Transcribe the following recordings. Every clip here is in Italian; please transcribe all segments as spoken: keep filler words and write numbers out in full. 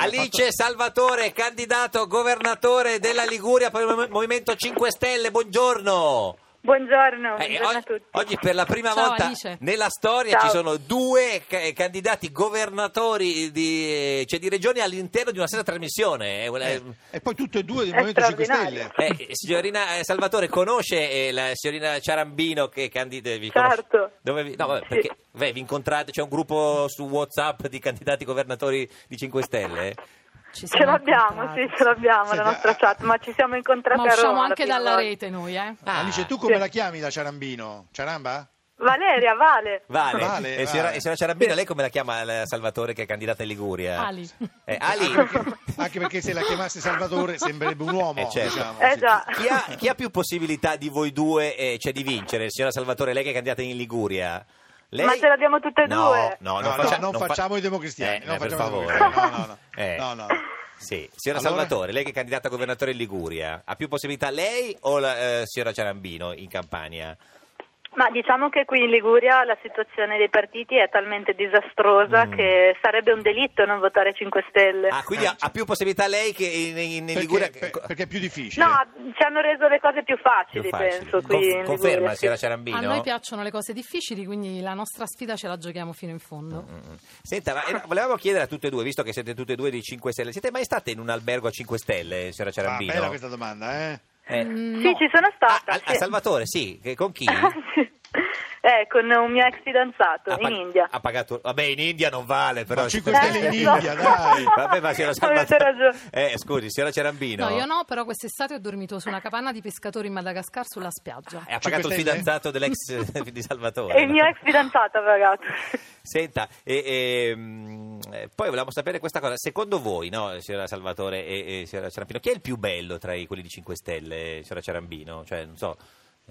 Alice Salvatore, candidato governatore della Liguria per il Movimento cinque Stelle, buongiorno. Buongiorno, Eh, buongiorno oggi, a tutti. oggi per la prima Ciao, volta Alice. nella storia Ciao. ci sono due ca- candidati governatori di, cioè di regioni all'interno di una stessa trasmissione. È una- Eh, e poi tutte e due del È Movimento cinque straordinario. Stelle. Eh, signorina eh, Salvatore, conosce eh, la signorina Ciarambino che candida? Vi conosce? Certo. Dove vi, no, vabbè, Sì. perché beh, vi incontrate? C'è un gruppo su WhatsApp di candidati governatori di cinque Stelle? Ci Ce siamo l'abbiamo, incontrati. sì, ce l'abbiamo Senti, la nostra ah, chat, ma ci siamo incontrati Ma a usciamo Roma. anche la prima dalla volta. rete noi, eh? Ah, Alice, tu come Sì. la chiami la Ciarambino? Ciaramba? Valeria, Vale. Vale, Vale, e signora, vale. e signora Ciarambino, lei come la chiama la Salvatore che è candidata in Liguria? Ali. Eh, Ali? Anche perché se la chiamasse Salvatore sembrerebbe un uomo, Eh, certo. diciamo. Eh sì. già. Chi ha, chi ha più possibilità di voi due eh, cioè di vincere? Signora Salvatore, lei che è candidata in Liguria? Lei... Ma ce l'abbiamo tutte e no, due. No, No, non, no, faccia- non fa- facciamo i democristiani. Eh, non per facciamo i favore. democristiani. No, no, no. Eh. No, no. Sì, signora Allora? Salvatore, lei che è candidata a governatore in Liguria, ha più possibilità lei o la eh, signora Ciarambino in Campania? Ma diciamo che qui in Liguria la situazione dei partiti è talmente disastrosa Mm. che sarebbe un delitto non votare cinque Stelle. Ah, quindi ha, ha più possibilità lei che in, in- in Perché, Liguria? per- perché è più difficile. No, ci hanno reso le cose più facili, Più facile. penso, qui Conf- in conferma, Liguria. signora sì. Ciarambino? A noi piacciono le cose difficili, quindi la nostra sfida ce la giochiamo fino in fondo. Mm. Senta, ma, eh, volevamo chiedere a tutte e due, visto che siete tutte e due di cinque Stelle, siete mai state in un albergo a cinque Stelle, signora Ah, Ciarambino? bella questa domanda, eh? Eh. Mm, Sì, no. ci sono Ah, stata. a, a sì. Salvatore, sì, che- con chi? Sì. Eh, con un mio ex fidanzato Ha in pag- India. Ha pagato, vabbè, in India non vale, però. Ma cinque Stelle in Eh, India, dai. Vabbè, ma signora Avete Salvatore. ragione. Eh, scusi, signora Cerambino. No, io no, però quest'estate ho dormito su una capanna di pescatori in Madagascar sulla spiaggia. E ha pagato il Stelle? fidanzato dell'ex eh, di Salvatore. E il mio ex fidanzato ha pagato. Senta, e, e, mm, eh, poi volevamo sapere questa cosa. Secondo voi, no, signora Salvatore e, e signora Cerambino, chi è il più bello tra i, quelli di cinque Stelle, signora Cerambino? Cioè, non so,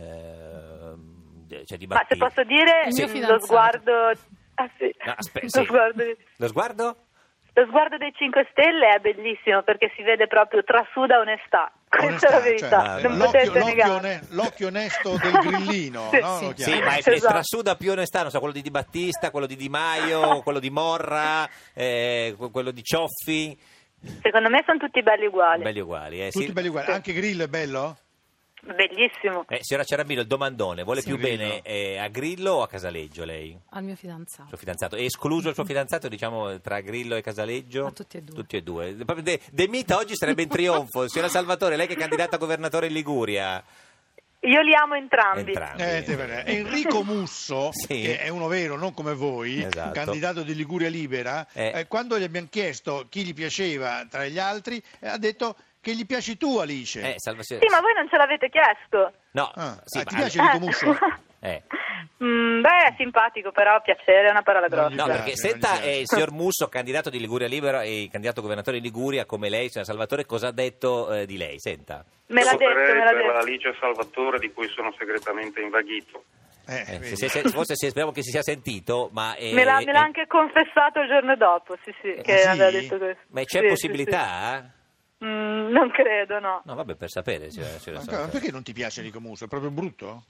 eh, cioè di Ma se Battista. posso dire Il mio lo fidanzato. sguardo... Ah, sì. No, aspe- lo, sì. sguardo... Lo sguardo? lo sguardo dei cinque Stelle è bellissimo perché si vede proprio trasuda onestà. Questa è la verità, cioè, non l'occhio, potete l'occhio, negare. one- l'occhio onesto del grillino, Sì, no? sì. Lo Sì, chiamano. ma è Esatto. trasuda più onestà, non so, quello di Di Battista, quello di Di Maio, quello di Morra, eh, quello di Cioffi, Secondo me sono tutti belli uguali. belli uguali. Eh, Tutti sì. belli uguali. Anche Grillo è bello? Bellissimo. Eh, signora Cerambino, il domandone, vuole Sì. più Grillo. bene eh, a Grillo o a Casaleggio lei? Al mio fidanzato. Suo fidanzato, è escluso il suo fidanzato, diciamo, tra Grillo e Casaleggio? A tutti e due. Tutti e due. Proprio De, De Mita oggi sarebbe in trionfo. Signora Salvatore, lei che è candidata a governatore in Liguria. Io li amo entrambi. Entrambi. Eh, te pare. Enrico Musso, Sì. che è uno vero, non come voi, Esatto. candidato di Liguria Libera, Eh. eh, quando gli abbiamo chiesto chi gli piaceva tra gli altri, eh, ha detto che gli piaci tu, Alice. Eh, Salva- Sì, ma voi non ce l'avete chiesto. No, Ah, sì, ah, ti ma- piace Enrico Musso? Eh. Mm, beh, è simpatico, però piacere è una parola Non gli No, grossa. piace, perché non gli senta piace. eh, il signor Musso, candidato di Liguria Libera e candidato governatore di Liguria come lei, signor Salvatore, cosa ha detto eh, di lei? Senta. Me l'ha Io detto, voterei me l'ha per detto. Alice Salvatore, di cui sono segretamente invaghito. Eh, Eh, vedi. se- se- forse se- speriamo che si sia sentito, ma... eh, Me l'ha, me l'ha eh, anche confessato il giorno dopo, sì, sì, che sì? aveva detto questo. Ma c'è Sì, possibilità? sì, sì. Mm, non credo, no. No, vabbè, per sapere, signora, signora Ma Salvatore. perché non ti piace Enrico Musso? È proprio brutto?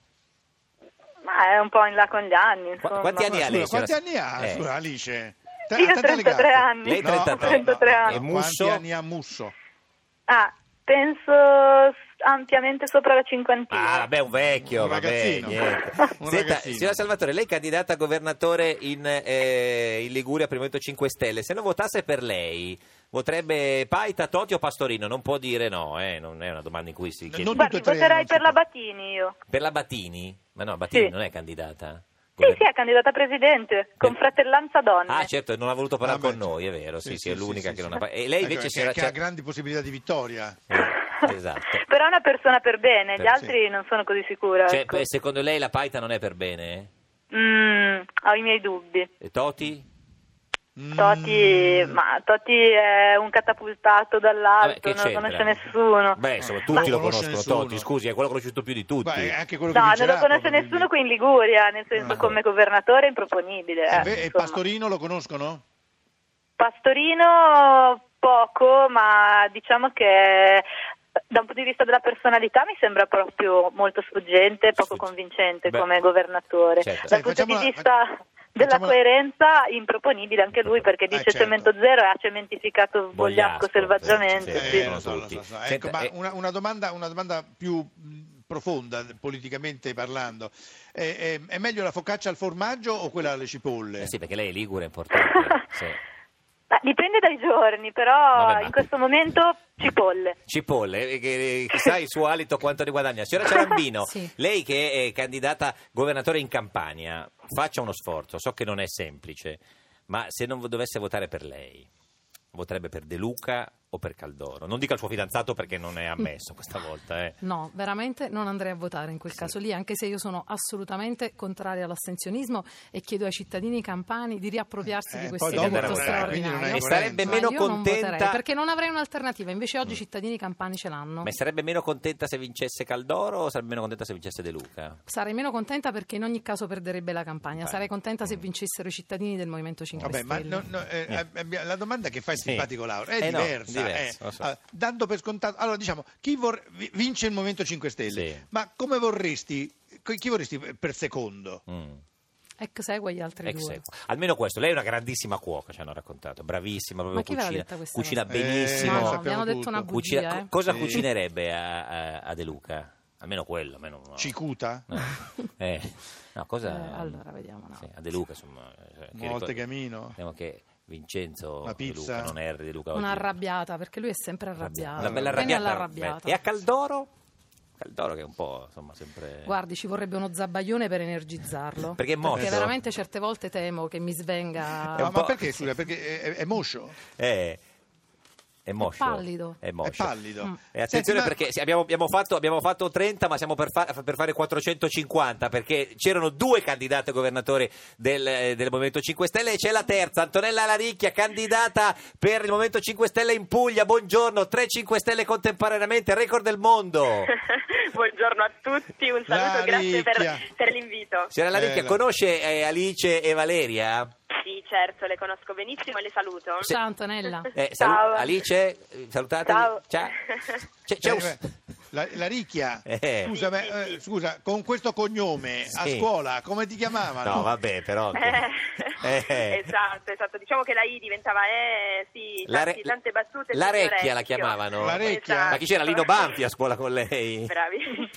Ma è un po' in là con gli anni, Qua- insomma. quanti anni Ma ha lei, scusa, quanti signora- anni ha, Eh. scusa, Alice? Te- Io a te è trentatré legato? anni. Lei trentatré. trentatré anni. E Musso? Quanti anni ha Musso? Ah, penso ampiamente sopra la cinquantina. Ah, vabbè, un vecchio, Un vabbè, ragazzino. niente. Un Senta, ragazzino. signora Salvatore, lei è candidata a governatore in, eh, in Liguria per il Movimento cinque Stelle. Se non votasse per lei, voterebbe Paita, Toti o Pastorino? Non può dire no, eh? Non è una domanda in cui si chiede. Non Guardi, tutte e tre, voterei non si per la può. Battini io. Per la Battini? Ma no, Battini Sì. non è candidata. Sì, sì, è candidata a presidente, con Fratellanza Donne. Ah, certo, non ha voluto parlare Vabbè, con noi, è vero, sì, sì, è l'unica sì, che sì. non ha... E lei Ecco, invece che, signora che ha Cer- grandi possibilità di vittoria. Eh, esatto. Però è una persona per bene, Per- gli altri non sono così sicura. Cioè, ecco. beh, secondo lei la Paita non è per bene? Mm, ho i miei dubbi. E Toti? Toti, Mm. ma Toti è un catapultato Vabbè, dall'alto, che non lo c'entra? conosce nessuno. Beh, insomma, Ma tutti lo non conosce conoscono, nessuno. Toti, scusi, è quello conosciuto più di tutti. Beh, anche quello che No, non vincerà, lo conosce probabilmente. nessuno qui in Liguria, nel senso Ma- come governatore è improponibile. E eh, beh, e insomma. Pastorino lo conoscono? Pastorino poco, ma diciamo che da un punto di vista della personalità mi sembra proprio molto sfuggente, poco Sfugge- convincente Beh, come governatore. certo. Dal Sì, punto di facciamo una- vista Della Facciamo- coerenza improponibile anche lui, perché dice certo. cemento zero e ha cementificato Bogliasco, Bogliasco selvaggiamente. sì, sì. Eh, sono lo so, lo tutti. so, lo so. Senta, Ecco, ma eh, una, una domanda, una domanda più mh, profonda, politicamente parlando. Eh, eh, è meglio la focaccia al formaggio o quella alle cipolle? Eh sì, perché lei è ligure, è importante. Sì. Ma dipende dai giorni, però Vabbè, ma- in questo momento cipolle. Cipolle, eh, che, chissà il suo alito quanto ne guadagna. Signora Ciarambino, Sì. lei che è candidata governatore in Campania, faccia uno sforzo, so che non è semplice, ma se non dovesse votare per lei, voterebbe per De Luca o per Caldoro? Non dica il suo fidanzato perché non è ammesso questa volta. Eh. No, veramente non andrei a votare in quel caso lì, anche se io sono assolutamente contraria all'astensionismo e chiedo ai cittadini campani di riappropriarsi Eh, di poi questo dopo evento non è- quindi non è straordinario. E sarebbe Ma meno io non voterei, contenta perché non avrei un'alternativa, invece oggi i cittadini campani ce l'hanno. Ma sarebbe meno contenta se vincesse Caldoro o sarebbe meno contenta se vincesse De Luca? Sarei meno contenta perché in ogni caso perderebbe la campagna. Beh. Sarei contenta se vincessero i cittadini del Movimento cinque Vabbè, ma Stelle. no, no, eh, abbia- la domanda che fa il Sì. simpatico Lauro è Eh no, diversa. diverso, eh. lo so. Allora, dando per scontato, allora diciamo, chi vor- vi- vince il Movimento cinque Stelle, Sì. ma come vorresti, chi vorresti per secondo? Mm. Ex equo agli altri Ex due. equo. Almeno questo, lei è una grandissima cuoca, ci hanno raccontato, bravissima, proprio Ma chi ve l'ha cucina, detta questa cucina cosa? Eh, benissimo. No, lo no, sappiamo mi hanno detto tutto. una Cucina- bugia. co- eh. cosa Sì. cucinerebbe a, a- a De Luca? Almeno quello, almeno no. Cicuta? No. Eh, no, cosa... Eh, allora, vediamo, no. Sì, a De Luca, insomma... eh, che Molte ricor- camino? Diciamo che Vincenzo La De Luca pizza? non è De Luca Una oggi. arrabbiata, perché lui è sempre arrabbiato. Una bella Viene arrabbiata. all'arrabbiata. E a Caldoro? Caldoro che è un po', insomma, sempre... Guardi, ci vorrebbe uno zabbaglione per energizzarlo. Perché è moscio. Perché veramente certe volte temo che mi svenga... È un Ma, ma po'- perché, scusa, perché è, è moscio? Eh, è moscio. pallido. È moscio. È pallido. Mm. E attenzione, Senti, ma- perché sì, abbiamo, abbiamo fatto, abbiamo fatto trenta, ma siamo per, fa- per fare quattrocentocinquanta, perché c'erano due candidate governatori del, eh, del Movimento cinque Stelle e c'è la terza, Antonella Laricchia, candidata per il Movimento cinque Stelle in Puglia. Buongiorno, tre cinque Stelle contemporaneamente, record del mondo. Buongiorno a tutti, un saluto, grazie per, Laricchia. per l'invito. Signora Laricchia, Eh, la- conosce eh, Alice e Valeria? Sì, certo, le conosco benissimo e le saluto. Ciao Antonella. Eh, salu- Ciao. Alice, eh, salutatevi. Ciao. Ciao. C'è, c'è un- Eh, beh, la, la Ricchia, Eh. scusa, ma, Sì, sì, eh, sì. scusa, con questo cognome a Sì. scuola come ti chiamavano? No, vabbè, però... Eh, Eh. Esatto, esatto. Diciamo che la I diventava E, sì, La tanti- re- tante battute. la sul Recchia la orecchio. chiamavano. La Recchia? Esatto. Ma chi c'era? Lino Banfi a scuola con lei? Bravi.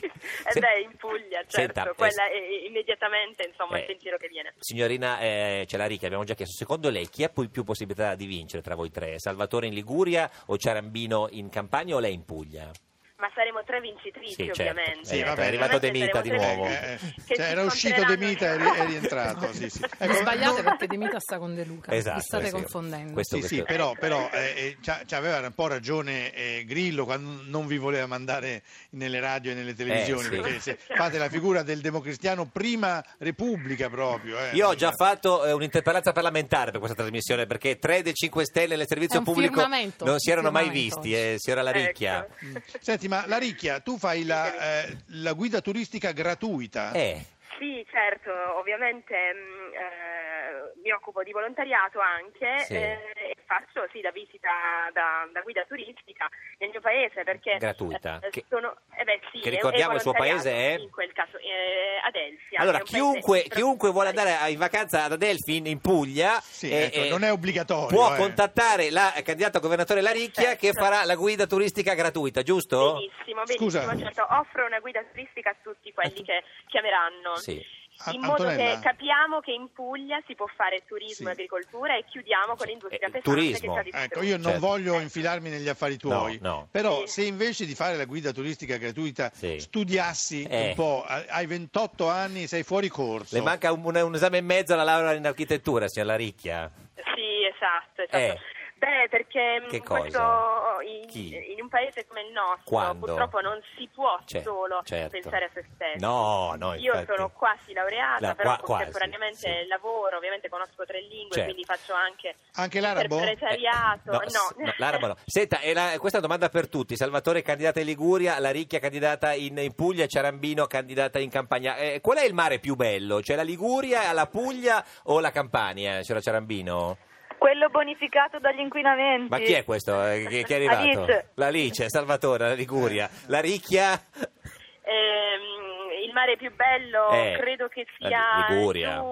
E Se- beh, in Puglia, certo, Senta, eh, quella è immediatamente, insomma, eh, il pensiero che viene. Signorina eh, Celaricchia, abbiamo già chiesto, secondo lei chi ha poi più possibilità di vincere tra voi tre? Salvatore in Liguria o Ciarambino in Campania o lei in Puglia? Ma saremo tre vincitrici, Sì, certo. ovviamente. Sì, vabbè, è arrivato De Ovviamente Mita di saremo tre nuovo. Eh, vincitrici eh, che cioè, si era uscito De Mita e ri- scontreranno- è rientrato. Sì, sì. Vi Ecco, sbagliate no- perché De Mita sta con De Luca. Esatto, Vi state eh sì. confondendo. Questo- Sì, sì, questo- però, però eh, eh, c'ha- c'aveva un po' ragione eh, Grillo quando non vi voleva mandare nelle radio e nelle televisioni, sì. perché se fate la figura del democristiano prima Repubblica proprio. eh. Io ho già fatto eh, un'interpellanza parlamentare per questa trasmissione perché tre dei cinque Stelle nel servizio È un pubblico firmamento, non si erano un mai firmamento visti, eh, signora Laricchia. Ecco. Mm. Senti, ma la Ricchia, tu fai la, eh, la guida turistica gratuita? Eh, Sì, certo, ovviamente mh, eh, mi occupo di volontariato anche Sì. eh, e faccio sì, da visita da, da guida turistica nel mio paese perché Gratuita. eh, Che- sono, eh beh, sì, che è- ricordiamo è il suo volontariato, paese è? in quel caso eh, Adelphi. allora, è un chiunque, paese- chiunque vuole andare a- in vacanza ad Adelphi in, in Puglia Sì, eh, ecco, eh, non è obbligatorio. può eh. contattare la candidata a governatore Laricchia Certo. che farà la guida turistica gratuita, giusto? Benissimo, Scusa. benissimo, certo, offro una guida turistica a tutti quelli che chiameranno. Sì. A- In modo Antonella? che capiamo che in Puglia si può fare turismo Sì. e agricoltura e chiudiamo con l'industria Eh, pesante turismo. che sta distruggendo. Ecco, io non Certo. voglio infilarmi negli affari tuoi, No, no. però Sì. se invece di fare la guida turistica gratuita Sì. studiassi Eh. un po', a- hai ventotto anni, sei fuori corso. Le manca un, un esame e mezzo alla laurea in architettura, signor Laricchia. Sì, esatto, esatto. Eh. Beh, perché Che mh, cosa? questo in, Chi? in un paese come il nostro Quando? purtroppo non si può Cer- solo certo. pensare a se stessi. No, no, Io infatti. sono quasi laureata, La- però qua- quasi, contemporaneamente sì. lavoro, ovviamente conosco tre lingue, Certo. quindi faccio anche Anche l'arabo? interpretariato. Eh, no, s- no, l'arabo no. Senta, è la- questa è una domanda per tutti. Salvatore candidata in Liguria, Laricchia candidata in, in Puglia, Ciarambino candidata in Campania. Eh, qual è il mare più bello? Cioè la Liguria, la Puglia o la Campania, signora Ciarambino? Quello bonificato dagli inquinamenti. Ma chi è questo eh, che, che è arrivato? Alice. L'Alice, Salvatore, la Liguria. Laricchia? Ehm, il mare più bello Eh, credo che la sia Liguria. giù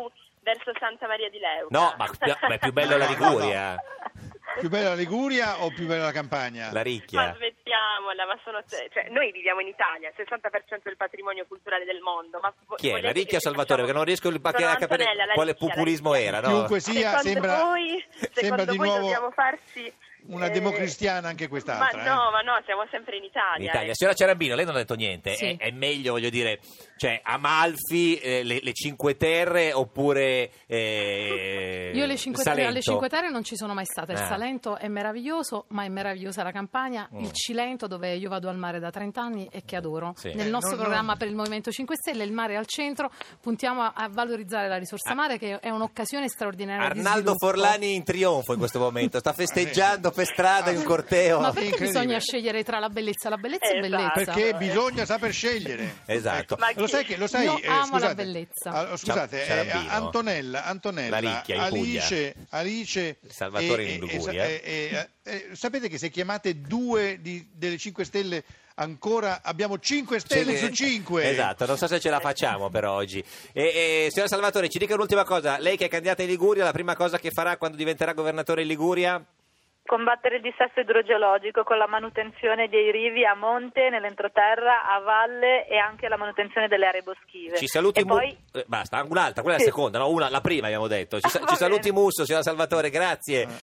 verso Santa Maria di Leuca. No, ma, ma è più bello la Liguria. Più bella la Liguria o più bella la Campania? La Ma Ricchia. smettiamola, ma sono cioè, noi viviamo in Italia, il sessanta per cento del patrimonio culturale del mondo. Ma vo- Chi è? La volete Ricchia o che Salvatore? facciamo- Perché non riesco a Sono capire Antonella, la quale Ricchia, la populismo Ricchia. era, no? Chiunque sia, Secondo sembra, voi, sembra secondo di voi nuovo dobbiamo farci una eh, democristiana anche Ma quest'altra. no, eh. ma no, siamo sempre in Italia. In Italia. eh. Signora Cerambino, lei non ha detto niente. Sì. È, è meglio, voglio dire, cioè Amalfi, eh, le, le Cinque Terre oppure eh, Io alle Cinque, Salento? alle Cinque Terre non ci sono mai stata. Il Ah. Salento è meraviglioso, ma è meravigliosa la Campania. Mm. Il Cilento, dove io vado al mare da trenta anni e che adoro. Sì. Nel Eh, nostro non- programma non- per il Movimento cinque Stelle, il mare è al centro. Puntiamo a, a valorizzare la risorsa mare, che è un'occasione straordinaria di Arnaldo sviluppo. Forlani in trionfo in questo momento, sta festeggiando per strada in un corteo. Ma perché Incredibile. bisogna scegliere tra la bellezza? La bellezza è Esatto. bellezza. Perché bisogna saper scegliere. Esatto. Ecco. Ma Lo chi- sai che lo sai, Io eh, amo scusate, la bellezza. ah, scusate, Ciao, eh, Ciarambino. Antonella, Antonella, La Ricchia, in Puglia. Alice, Alice Salvatore e- in e- Liguria. e- e- e- eh, sapete che se chiamate due di- delle cinque Stelle ancora abbiamo cinque stelle Sì, su cinque. Esatto, non so se ce la facciamo per oggi. E, e, signora Salvatore, ci dica un'ultima cosa. Lei che è candidata in Liguria, la prima cosa che farà quando diventerà governatore in Liguria? Combattere il dissesto idrogeologico con la manutenzione dei rivi a monte, nell'entroterra, a valle e anche la manutenzione delle aree boschive. Ci saluti e Mu- poi eh, basta, un'altra, quella è Sì. la seconda, no, una, la prima abbiamo detto. Ci, sa- Va ci saluti bene. Musso, signora Salvatore, grazie.